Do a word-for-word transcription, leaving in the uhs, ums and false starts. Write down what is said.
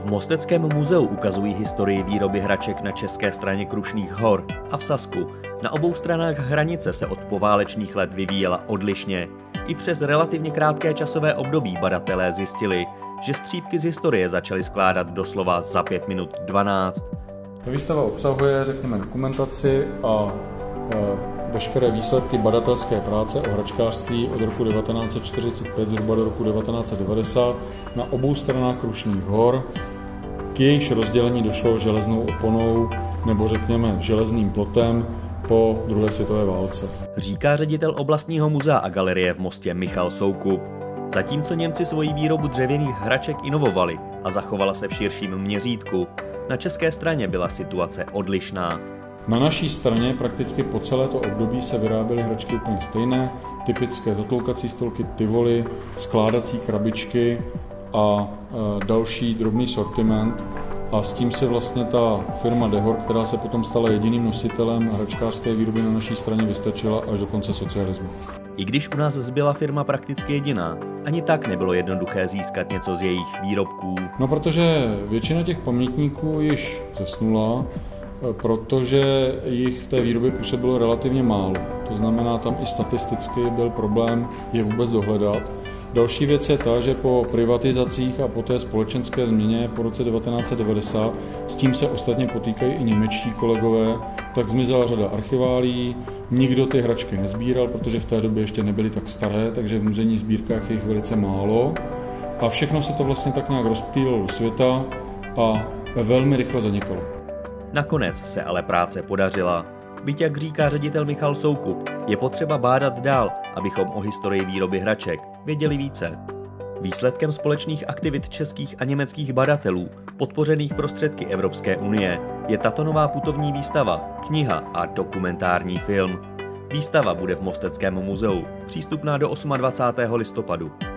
V Mosteckém muzeu ukazují historii výroby hraček na české straně Krušných hor a v Sasku. Na obou stranách hranice se od poválečných let vyvíjela odlišně. I přes relativně krátké časové období badatelé zjistili, že střípky z historie začaly skládat doslova za pět minut dvanáct. Ta výstava obsahuje, řekněme, dokumentaci a e, veškeré výsledky badatelské práce o hračkářství od roku devatenáct set čtyřicet pět zhruba do roku devatenáct set devadesát na obou stranách Krušných hor. K jejíž rozdělení došlo železnou oponou nebo řekněme železným plotem po druhé světové válce. Říká ředitel oblastního muzea a galerie v Mostě Michal Soukup. Zatímco Němci svoji výrobu dřevěných hraček inovovali a zachovala se v širším měřítku, na české straně byla situace odlišná. Na naší straně prakticky po celé to období se vyráběly hračky úplně stejné, typické zatloukací stolky Tivoli, skládací krabičky a e, další drobný sortiment. A s tím se vlastně ta firma Dehor, která se potom stala jediným nositelem hračkářské výroby na naší straně, vystačila až do konce socialismu. I když u nás zbyla firma prakticky jediná, ani tak nebylo jednoduché získat něco z jejich výrobků. No protože většina těch pamětníků již zesnula, protože jich v té výrobě působilo relativně málo. To znamená, tam i statisticky byl problém je vůbec dohledat. Další věc je ta, že po privatizacích a po té společenské změně po roce devatenáct set devadesát, s tím se ostatně potýkají i němečtí kolegové, tak zmizela řada archiválií, nikdo ty hračky nezbíral, protože v té době ještě nebyly tak staré, takže v muzejních sbírkách je jich velice málo. A všechno se to vlastně tak nějak rozptýlilo do světa a velmi rychle zanikalo. Nakonec se ale práce podařila. Byť, jak říká ředitel Michal Soukup, je potřeba bádat dál, abychom o historii výroby hraček věděli více. Výsledkem společných aktivit českých a německých badatelů, podpořených prostředky Evropské unie, je tato nová putovní výstava, kniha a dokumentární film. Výstava bude v Mosteckém muzeu, přístupná do dvacátého osmého listopadu.